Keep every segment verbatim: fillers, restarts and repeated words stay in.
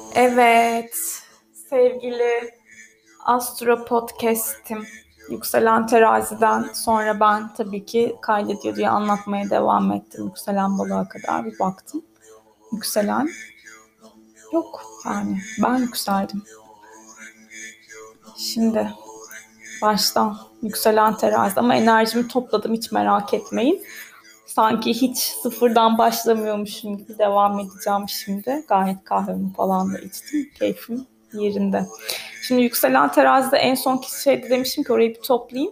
Evet, sevgili Astro Podcast'im. Yükselen Terazi'den sonra ben tabii ki kaydediyor diye anlatmaya devam ettim. Yükselen balığa kadar bir baktım. Yükselen yok yani ben yükseldim. Şimdi baştan yükselen terazi ama enerjimi topladım, hiç merak etmeyin. Sanki hiç sıfırdan başlamıyormuşum gibi devam edeceğim şimdi. Gayet kahvemi falan da içtim. Keyfim yerinde. Şimdi yükselen terazide en son ki şeyde demişim ki orayı bir toplayayım.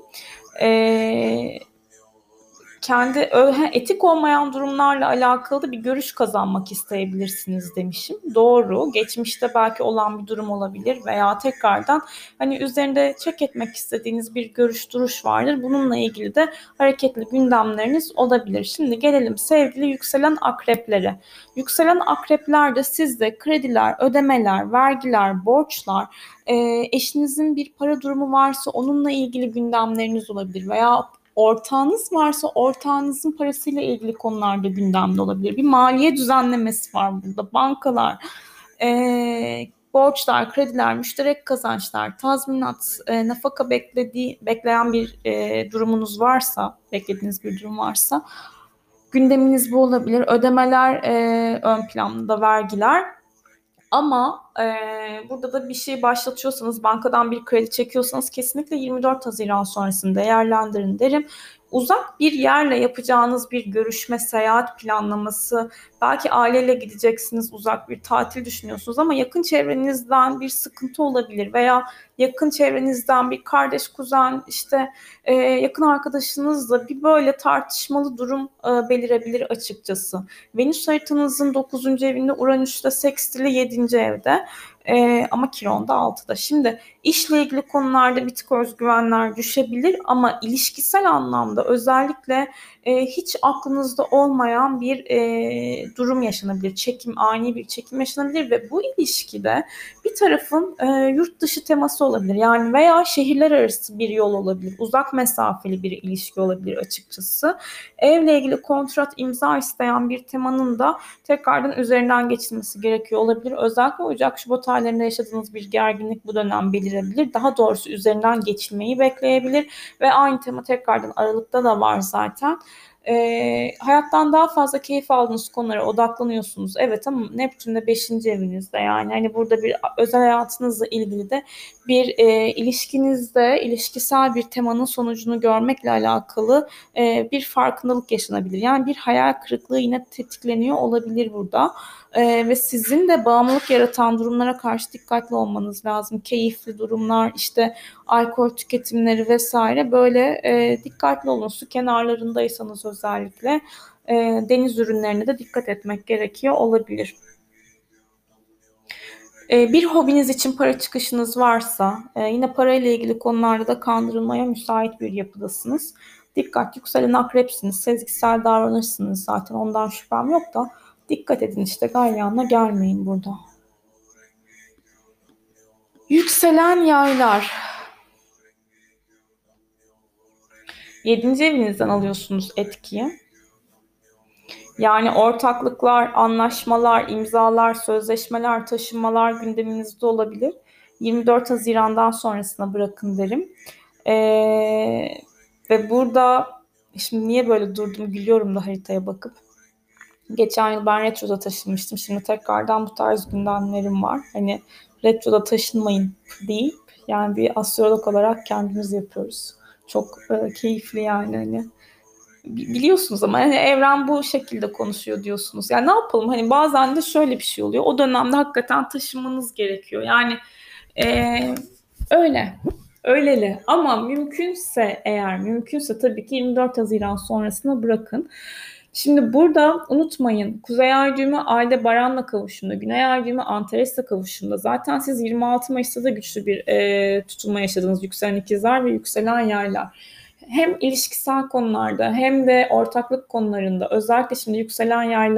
Ee, kendi etik olmayan durumlarla alakalı da bir görüş kazanmak isteyebilirsiniz demişim. Doğru. Geçmişte belki olan bir durum olabilir veya tekrardan hani üzerinde check etmek istediğiniz bir görüş duruş vardır. Bununla ilgili de hareketli gündemleriniz olabilir. Şimdi gelelim sevgili yükselen akreplere. Yükselen akreplerde sizde krediler, ödemeler, vergiler, borçlar, e, eşinizin bir para durumu varsa onunla ilgili gündemleriniz olabilir veya ortağınız varsa ortağınızın parasıyla ilgili konularda gündemde olabilir. Bir maliye düzenlemesi var burada. Bankalar, e, borçlar, krediler, müşterek kazançlar, tazminat, e, nafaka beklediği, bekleyen bir e, durumunuz varsa, beklediğiniz bir durum varsa gündeminiz bu olabilir. Ödemeler e, ön planda, vergiler. Ama e, burada da bir şey başlatıyorsanız, bankadan bir kredi çekiyorsanız kesinlikle yirmi dört Haziran sonrasını değerlendirin derim. Uzak bir yerle yapacağınız bir görüşme, seyahat planlaması, belki aileyle gideceksiniz, uzak bir tatil düşünüyorsunuz ama yakın çevrenizden bir sıkıntı olabilir veya yakın çevrenizden bir kardeş, kuzen, işte e, yakın arkadaşınızla bir böyle tartışmalı durum e, belirebilir açıkçası. Venüs haritanızın dokuzuncu evinde, Uranüs'te sekstili yedinci evde. Ee, ama Kiron'da altıda. Şimdi işle ilgili konularda bir tık özgüvenler düşebilir ama ilişkisel anlamda özellikle e, hiç aklınızda olmayan bir e, durum yaşanabilir. Çekim, ani bir çekim yaşanabilir ve bu ilişkide bir tarafın e, yurt dışı teması olabilir. Yani veya şehirler arası bir yol olabilir. Uzak mesafeli bir ilişki olabilir açıkçası. Evle ilgili kontrat imza isteyen bir temanın da tekrardan üzerinden geçilmesi gerekiyor olabilir. Özellikle Ocak-Şubat aylarında yaşadığınız bir gerginlik bu dönem belirebilir. Daha doğrusu üzerinden geçilmeyi bekleyebilir ve aynı tema tekrardan Aralık'ta da var zaten. Ee, hayattan daha fazla keyif aldığınız konulara odaklanıyorsunuz. Evet ama Neptün de beşinci evinizde, yani hani burada bir özel hayatınızla ilgili de bir e, ilişkinizde ilişkisel bir temanın sonucunu görmekle alakalı e, bir farkındalık yaşanabilir. Yani bir hayal kırıklığı yine tetikleniyor olabilir burada. E, ve sizin de bağımlılık yaratan durumlara karşı dikkatli olmanız lazım. Keyifli durumlar, işte alkol tüketimleri vesaire, böyle e, dikkatli olun. Su kenarlarındaysanız özellikle e, deniz ürünlerine de dikkat etmek gerekiyor olabilir. E, bir hobiniz için para çıkışınız varsa, e, yine parayla ilgili konularda da kandırılmaya müsait bir yapıdasınız. Dikkat, yükselen akrepsiniz, sezgisel davranırsınız zaten, ondan şüphem yok da dikkat edin, işte galyanla gelmeyin burada. Yükselen yaylar. Yedinci evinizden alıyorsunuz etkiyi. Yani ortaklıklar, anlaşmalar, imzalar, sözleşmeler, taşınmalar gündeminizde olabilir. yirmi dört Haziran'dan sonrasına bırakın derim. Ee, ve burada şimdi niye böyle durdum gülüyorum da haritaya bakıp. Geçen yıl ben retroda taşınmıştım. Şimdi tekrardan bu tarz gündemlerim var. Hani retroda taşınmayın deyip, yani bir astrolog olarak kendimiz yapıyoruz. Çok e, keyifli yani, hani biliyorsunuz ama hani evren bu şekilde konuşuyor diyorsunuz. Yani ne yapalım, hani bazen de şöyle bir şey oluyor. O dönemde hakikaten taşınmanız gerekiyor. Yani ee, öyle. Öyleli. Ama mümkünse, eğer mümkünse tabii ki yirmi dört Haziran sonrasına bırakın. Şimdi burada unutmayın, Kuzey Ay düğümü Ay'da Baran'la kavuşumda, Güney Ay düğümü Antares'le kavuşumda. Zaten siz yirmi altı Mayıs'ta da güçlü bir e, tutulma yaşadınız, yükselen ikizler ve yükselen yaylar. Hem ilişkisel konularda hem de ortaklık konularında, özellikle şimdi yükselen yaylar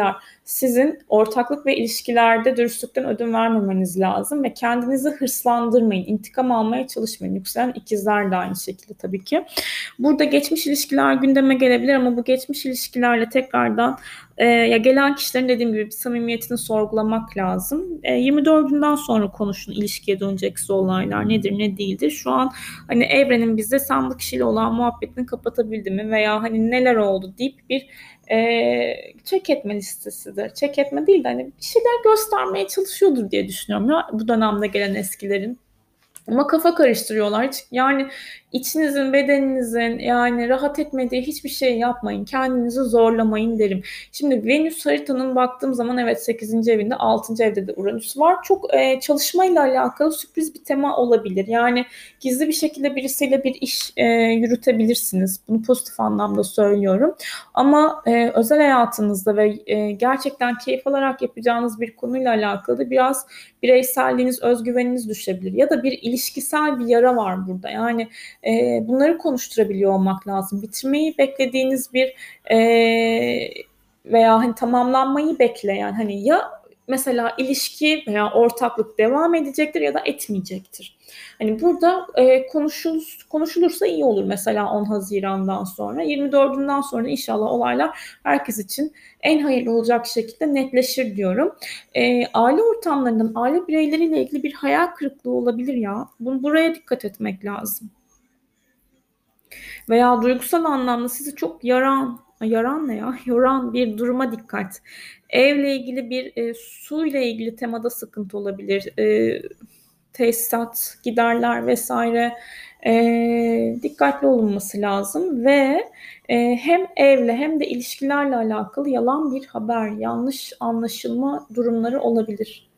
sizin ortaklık ve ilişkilerde dürüstlükten ödün vermemeniz lazım ve kendinizi hırslandırmayın, intikam almaya çalışmayın. Yükselen ikizler de aynı şekilde tabii ki. Burada geçmiş ilişkiler gündeme gelebilir ama bu geçmiş ilişkilerle tekrardan e, ya gelen kişilerin dediğim gibi bir samimiyetini sorgulamak lazım. E, yirmi dördünden sonra konuşun, ilişkiye dönecekse olaylar nedir ne değildir. Şu an hani evrenin bize sen bu kişiyle olan muhabbetini kapatabildi mi veya hani neler oldu deyip bir e, check etme listesidir. Check etme değil de hani bir şeyler göstermeye çalışıyordur diye düşünüyorum ya bu dönemde gelen eskilerin. Ama kafa karıştırıyorlar. Hiç, yani içinizin, bedeninizin yani rahat etmediği hiçbir şey yapmayın. Kendinizi zorlamayın derim. Şimdi Venüs haritanın baktığım zaman evet sekizinci evinde, altıncı evde de Uranüs var. Çok e, çalışmayla alakalı sürpriz bir tema olabilir. Yani gizli bir şekilde birisiyle bir iş e, yürütebilirsiniz. Bunu pozitif anlamda söylüyorum. Ama e, özel hayatınızda ve e, gerçekten keyif alarak yapacağınız bir konuyla alakalı da biraz bireyselliğiniz, özgüveniniz düşebilir. Ya da bir ilişkisel bir yara var burada. Yani e, bunları konuşturabiliyor olmak lazım. Bitirmeyi beklediğiniz bir e, veya hani tamamlanmayı bekleyen hani ya mesela ilişki veya ortaklık devam edecektir ya da etmeyecektir. Hani burada e, konuşul, konuşulursa iyi olur mesela on Haziran'dan sonra. yirmi dördünden sonra inşallah olaylar herkes için en hayırlı olacak şekilde netleşir diyorum. E, aile ortamlarından, aile bireyleriyle ilgili bir hayal kırıklığı olabilir ya. Bunu, buraya dikkat etmek lazım. Veya duygusal anlamda sizi çok yaran, yaran ne ya? Yoran bir duruma dikkat. Evle ilgili bir e, su ile ilgili temada sıkıntı olabilir. E, tesisat, giderler vesaire e, dikkatli olunması lazım ve e, hem evle hem de ilişkilerle alakalı yalan bir haber, yanlış anlaşılma durumları olabilir.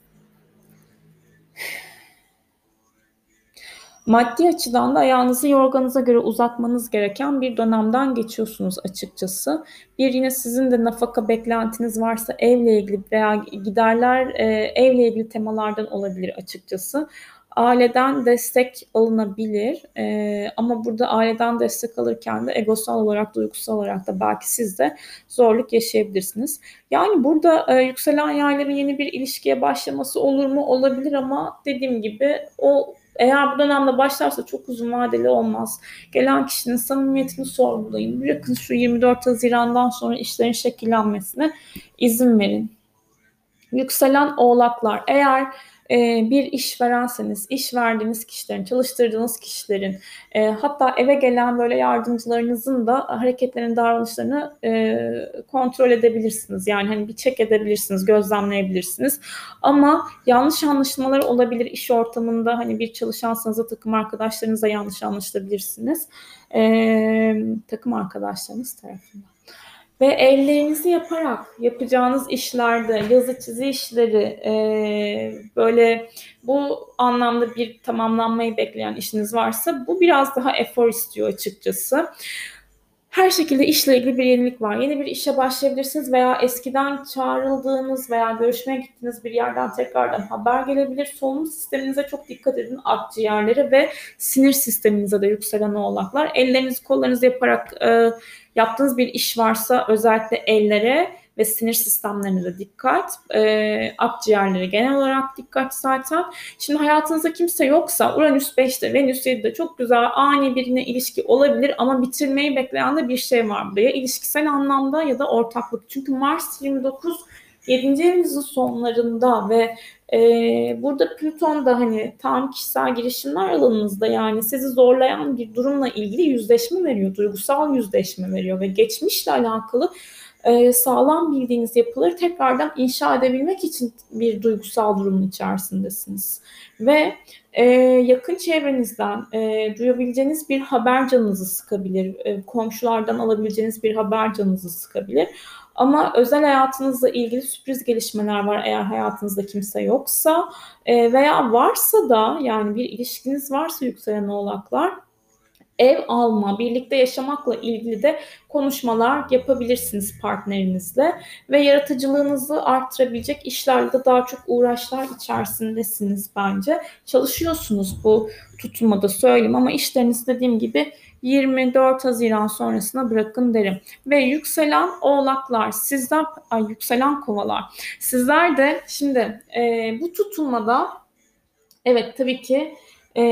Maddi açıdan da ayağınızı yorganıza göre uzatmanız gereken bir dönemden geçiyorsunuz açıkçası. Bir yine sizin de nafaka beklentiniz varsa evle ilgili veya giderler e, evle ilgili temalardan olabilir açıkçası. Aileden destek alınabilir e, ama burada aileden destek alırken de egosal olarak, duygusal olarak da belki siz de zorluk yaşayabilirsiniz. Yani burada e, yükselen yayların yeni bir ilişkiye başlaması olur mu? Olabilir ama dediğim gibi o eğer bu dönemde başlarsa çok uzun vadeli olmaz. Gelen kişinin samimiyetini sorgulayın. Bırakın şu yirmi dört Haziran'dan sonra işlerin şekillenmesine izin verin. Yükselen oğlaklar. Eğer e, bir işverenseniz, iş verdiğiniz kişilerin, çalıştırdığınız kişilerin, e, hatta eve gelen böyle yardımcılarınızın da hareketlerini, davranışlarını e, kontrol edebilirsiniz. Yani hani bir check edebilirsiniz, gözlemleyebilirsiniz. Ama yanlış anlaşılmalar olabilir iş ortamında. Hani bir çalışansanız da takım arkadaşlarınızla yanlış anlaşılabilirsiniz. E, takım arkadaşlarınız tarafından. Ve ellerinizi yaparak yapacağınız işlerde, yazı çizi işleri, e, böyle bu anlamda bir tamamlanmayı bekleyen işiniz varsa bu biraz daha efor istiyor açıkçası. Her şekilde işle ilgili bir yenilik var. Yeni bir işe başlayabilirsiniz veya eskiden çağrıldığınız veya görüşmeye gittiğiniz bir yerden tekrardan haber gelebilir. Solunum sisteminize çok dikkat edin. Akciğerlere ve sinir sisteminize de yükselen oğlaklar. Ellerinizi kollarınızı yaparak e, yaptığınız bir iş varsa özellikle ellere ve sinir sistemlerine de dikkat. E, akciğerlere genel olarak dikkat zaten. Şimdi hayatınızda kimse yoksa Uranüs beşte, Venüs yedide çok güzel ani birine ilişki olabilir ama bitirmeyi bekleyen de bir şey var buraya. İlişkisel anlamda ya da ortaklık. Çünkü Mars yirmi dokuz yedinci evinizin sonlarında ve e, burada Plüton da hani tam kişisel girişimler alanınızda yani sizi zorlayan bir durumla ilgili yüzleşme veriyor. Duygusal yüzleşme veriyor ve geçmişle alakalı e, sağlam bildiğiniz yapıları tekrardan inşa edebilmek için bir duygusal durumun içerisindesiniz. Ve e, yakın çevrenizden e, duyabileceğiniz bir haber canınızı sıkabilir. E, komşulardan alabileceğiniz bir haber canınızı sıkabilir. Ama özel hayatınızla ilgili sürpriz gelişmeler var eğer hayatınızda kimse yoksa e, veya varsa da yani bir ilişkiniz varsa yükselen oğlaklar ev alma, birlikte yaşamakla ilgili de konuşmalar yapabilirsiniz partnerinizle ve yaratıcılığınızı arttırabilecek işlerle de daha çok uğraşlar içerisindesiniz bence. Çalışıyorsunuz bu tutulmada söyleyeyim ama işlerinizi dediğim gibi yirmi dört Haziran sonrasına bırakın derim. Ve yükselen oğlaklar, sizler, ay yükselen kovalar. Sizler de şimdi e, bu tutulmada evet tabii ki e,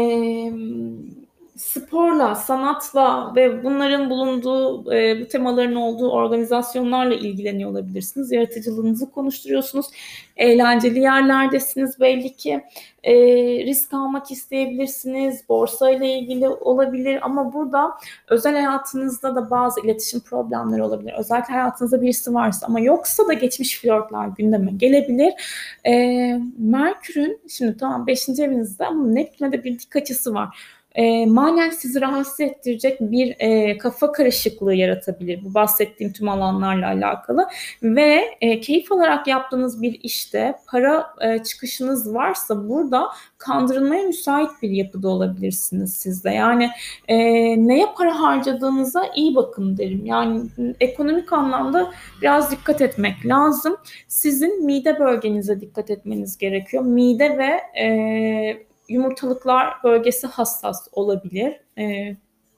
sporla, sanatla ve bunların bulunduğu, e, bu temaların olduğu organizasyonlarla ilgileniyor olabilirsiniz. Yaratıcılığınızı konuşturuyorsunuz. Eğlenceli yerlerdesiniz belli ki. E, risk almak isteyebilirsiniz. Borsa ile ilgili olabilir ama burada özel hayatınızda da bazı iletişim problemleri olabilir. Özellikle hayatınızda birisi varsa ama yoksa da geçmiş flörtler gündeme gelebilir. E, Merkür'ün şimdi tamam beşinci evinizde ama Neptün'e de bir dik açısı var. E, manen sizi rahatsız ettirecek bir e, kafa karışıklığı yaratabilir bu bahsettiğim tüm alanlarla alakalı ve e, keyif alarak yaptığınız bir işte para e, çıkışınız varsa burada kandırılmaya müsait bir yapıda olabilirsiniz siz de. Yani e, neye para harcadığınıza iyi bakın derim. Yani ekonomik anlamda biraz dikkat etmek lazım. Sizin mide bölgenize dikkat etmeniz gerekiyor. Mide ve e, yumurtalıklar bölgesi hassas olabilir. Ee,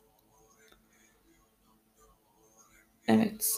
evet.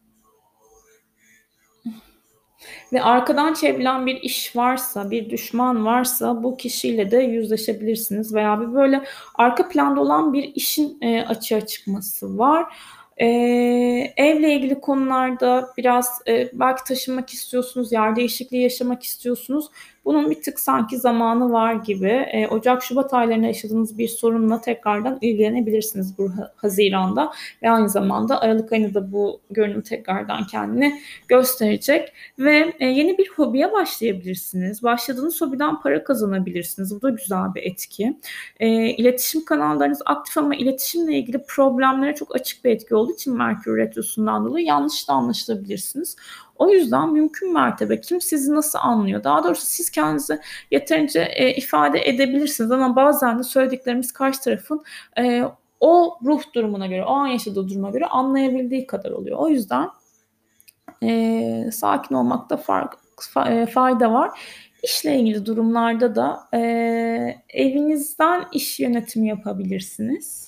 Ve arkadan çevrilen bir iş varsa, bir düşman varsa bu kişiyle de yüzleşebilirsiniz. Veya bir böyle arka planda olan bir işin e, açığa çıkması var. Ee, evle ilgili konularda biraz e, belki taşınmak istiyorsunuz, yer değişikliği yaşamak istiyorsunuz. Bunun bir tık sanki zamanı var gibi. E, Ocak-Şubat aylarında yaşadığınız bir sorunla tekrardan ilgilenebilirsiniz bu Haziran'da. Ve aynı zamanda Aralık ayında da bu görünüm tekrardan kendini gösterecek. Ve e, yeni bir hobiye başlayabilirsiniz. Başladığınız hobiden para kazanabilirsiniz. Bu da güzel bir etki. E, iletişim kanallarınız aktif ama iletişimle ilgili problemlere çok açık bir etki olduğu için Merkür Retrosu'ndan dolayı yanlış da anlaşılabilirsiniz. O yüzden mümkün mertebe kim sizi nasıl anlıyor? Daha doğrusu siz kendinizi yeterince e, ifade edebilirsiniz ama bazen de söylediklerimiz karşı tarafın e, o ruh durumuna göre, o an yaşadığı duruma göre anlayabildiği kadar oluyor. O yüzden e, sakin olmakta fark, fa, e, fayda var. İşle ilgili durumlarda da e, evinizden iş yönetimi yapabilirsiniz.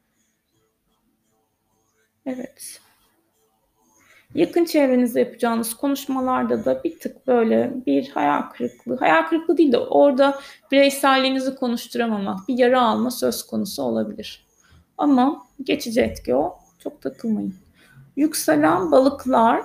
Evet. Yakın çevrenizde yapacağınız konuşmalarda da bir tık böyle bir hayal kırıklığı, hayal kırıklığı değil de orada bireyselliğinizi konuşturamamak, bir yara alma söz konusu olabilir. Ama geçici etki o, çok takılmayın. Yükselen balıklar,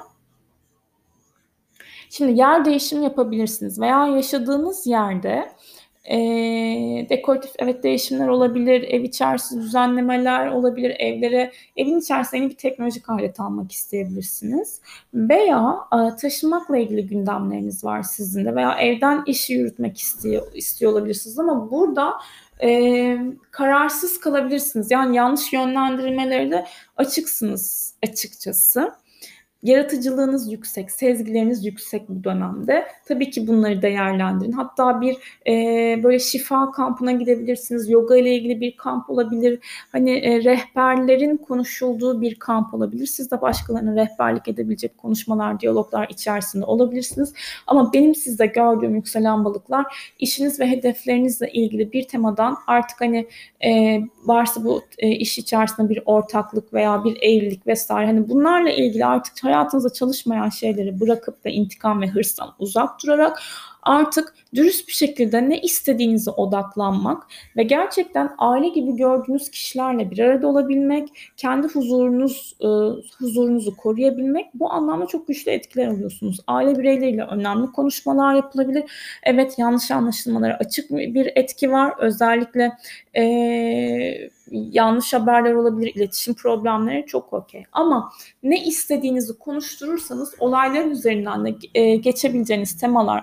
şimdi yer değişimi yapabilirsiniz veya yaşadığınız yerde e, dekoratif evet değişimler olabilir, ev içerisinde düzenlemeler olabilir, evlere, evin içerisinde yeni bir teknolojik alet almak isteyebilirsiniz. Veya e, taşınmakla ilgili gündemleriniz var sizin de veya evden işi yürütmek istiyor, istiyor olabilirsiniz ama burada e, kararsız kalabilirsiniz. Yani yanlış yönlendirilmeleri de açıksınız açıkçası. Yaratıcılığınız yüksek, sezgileriniz yüksek bu dönemde. Tabii ki bunları değerlendirin. Hatta bir e, böyle şifa kampına gidebilirsiniz. Yoga ile ilgili bir kamp olabilir. Hani e, rehberlerin konuşulduğu bir kamp olabilir. Siz de başkalarına rehberlik edebilecek konuşmalar, diyaloglar içerisinde olabilirsiniz. Ama benim sizde gördüğüm yükselen balıklar işiniz ve hedeflerinizle ilgili bir temadan artık hani e, varsa bu e, iş içerisinde bir ortaklık veya bir evlilik vesaire hani bunlarla ilgili artık hayatınızda çalışmayan şeyleri bırakıp da intikam ve hırstan uzak durarak artık dürüst bir şekilde ne istediğinize odaklanmak ve gerçekten aile gibi gördüğünüz kişilerle bir arada olabilmek, kendi huzurunuz e, huzurunuzu koruyabilmek bu anlamda çok güçlü etkiler alıyorsunuz. Aile bireyleriyle önemli konuşmalar yapılabilir. Evet yanlış anlaşılmalara açık bir etki var. Özellikle e, yanlış haberler olabilir, iletişim problemleri çok okey. Ama ne istediğinizi konuşturursanız olayların üzerinden de e, geçebileceğiniz temalar aktif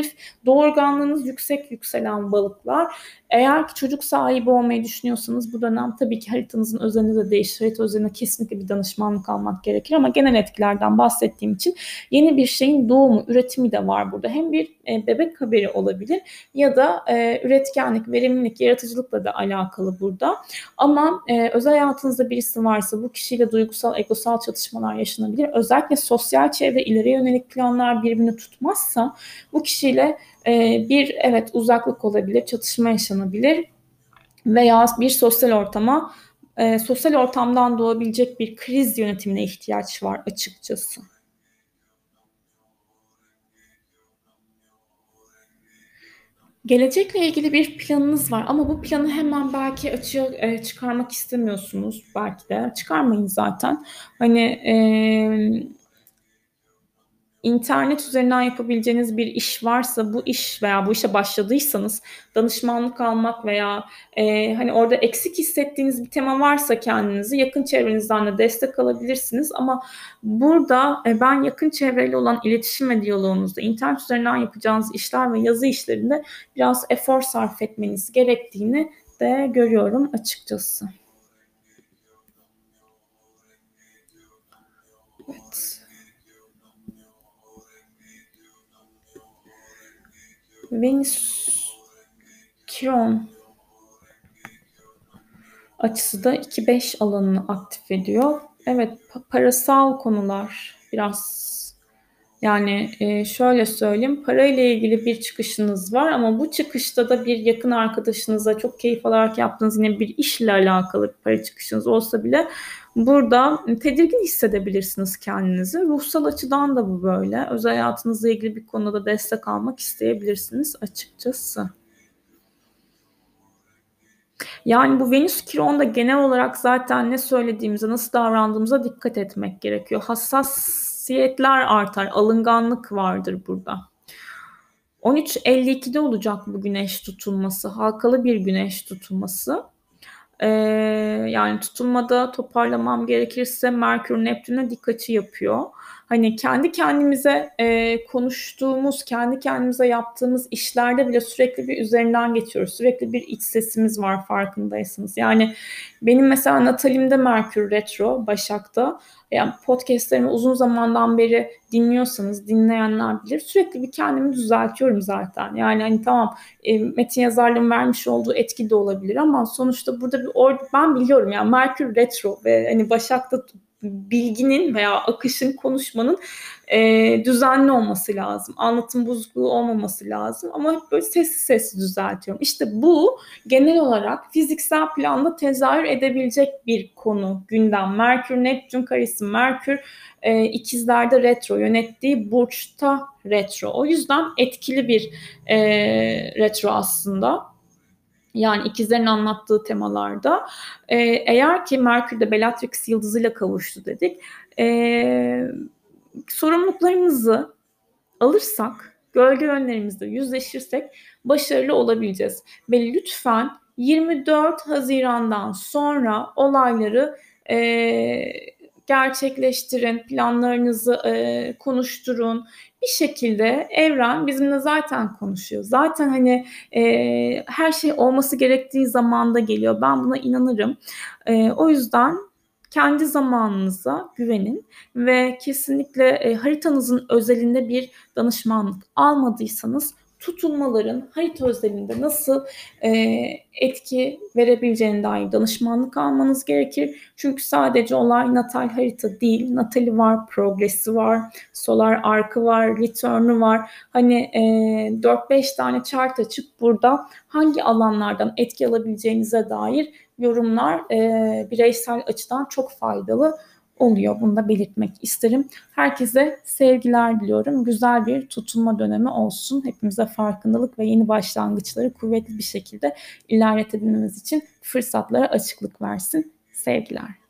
aktif, doğurganlığınız yüksek yükselen balıklar. Eğer ki çocuk sahibi olmayı düşünüyorsanız bu dönem tabii ki haritanızın özelinde de değişir. Harita özelinde kesinlikle bir danışmanlık almak gerekir ama genel etkilerden bahsettiğim için yeni bir şeyin doğumu, üretimi de var burada. Hem bir e, bebek haberi olabilir ya da e, üretkenlik, verimlilik, yaratıcılıkla da alakalı burada. Ama e, özel hayatınızda birisi varsa bu kişiyle duygusal, egosal çatışmalar yaşanabilir. Özellikle sosyal çevre, ileriye yönelik planlar birbirini tutmazsa bu kişiyle e, bir evet uzaklık olabilir, çatışma yaşanabilir veya bir sosyal ortama, e, sosyal ortamdan doğabilecek bir kriz yönetimine ihtiyaç var açıkçası. Gelecekle ilgili bir planınız var ama bu planı hemen belki açığa e, çıkarmak istemiyorsunuz. Belki de çıkarmayın zaten. Hani e, İnternet üzerinden yapabileceğiniz bir iş varsa bu iş veya bu işe başladıysanız danışmanlık almak veya e, hani orada eksik hissettiğiniz bir tema varsa kendinizi yakın çevrenizden de destek alabilirsiniz. Ama burada e, ben yakın çevreyle olan iletişim ve diyaloğunuzda internet üzerinden yapacağınız işler ve yazı işlerinde biraz efor sarf etmeniz gerektiğini de görüyorum açıkçası. Evet. Venüs Kiron açısı da iki beş alanını aktif ediyor. Evet, parasal konular biraz yani e, şöyle söyleyeyim, parayla ilgili bir çıkışınız var ama bu çıkışta da bir yakın arkadaşınıza çok keyif alarak yaptığınız yine bir işle alakalı bir para çıkışınız olsa bile burada tedirgin hissedebilirsiniz kendinizi. Ruhsal açıdan da bu böyle. Özel hayatınızla ilgili bir konuda destek almak isteyebilirsiniz açıkçası. Yani bu Venüs Kiron'da genel olarak zaten ne söylediğimize, nasıl davrandığımıza dikkat etmek gerekiyor. Hassasiyetler artar, alınganlık vardır burada. on üç elli ikide olacak bu güneş tutulması, halkalı bir güneş tutulması. Ee, yani tutulmada toparlamam gerekirse Merkür Neptün'e dik açı yapıyor. Hani kendi kendimize e, konuştuğumuz, kendi kendimize yaptığımız işlerde bile sürekli bir üzerinden geçiyoruz. Sürekli bir iç sesimiz var farkındaysanız. Yani benim mesela Natalim'de Merkür Retro Başak'ta. Yani podcastlerimi uzun zamandan beri dinliyorsanız dinleyenler bilir. Sürekli bir kendimi düzeltiyorum zaten. Yani hani tamam e, metin yazarlığın vermiş olduğu etki de olabilir ama sonuçta burada bir or ben biliyorum yani Merkür Retro ve hani Başak'ta bilginin veya akışın, konuşmanın e, düzenli olması lazım. Anlatım bozukluğu olmaması lazım ama hep böyle sessiz sessiz düzeltiyorum. İşte bu genel olarak fiziksel planda tezahür edebilecek bir konu, gündem. Merkür, Neptün karesi, Merkür e, ikizlerde retro, yönettiği burçta retro. O yüzden etkili bir e, retro aslında. Yani ikizlerin anlattığı temalarda. Ee, eğer ki Merkür'de Bellatrix yıldızıyla kavuştu dedik. Ee, sorumluluklarımızı alırsak, gölge yönlerimizle yüzleşirsek başarılı olabileceğiz. Ve lütfen yirmi dört Haziran'dan sonra olayları e, gerçekleştirin, planlarınızı e, konuşturun. Bir şekilde evren bizimle zaten konuşuyor. Zaten hani e, her şey olması gerektiği zamanda geliyor. Ben buna inanırım. E, o yüzden kendi zamanınıza güvenin ve kesinlikle e, haritanızın özelinde bir danışmanlık almadıysanız tutulmaların harita özelinde nasıl e, etki verebileceğine dair danışmanlık almanız gerekir. Çünkü sadece olay natal harita değil, natali var, progresi var, solar arkı var, return'u var. Hani e, dört beş tane chart açıp burada hangi alanlardan etki alabileceğinize dair yorumlar e, bireysel açıdan çok faydalı oluyor. Bunu da belirtmek isterim. Herkese sevgiler diliyorum. Güzel bir tutulma dönemi olsun. Hepimize farkındalık ve yeni başlangıçları kuvvetli bir şekilde ilerletebilmemiz için fırsatlara açıklık versin. Sevgiler.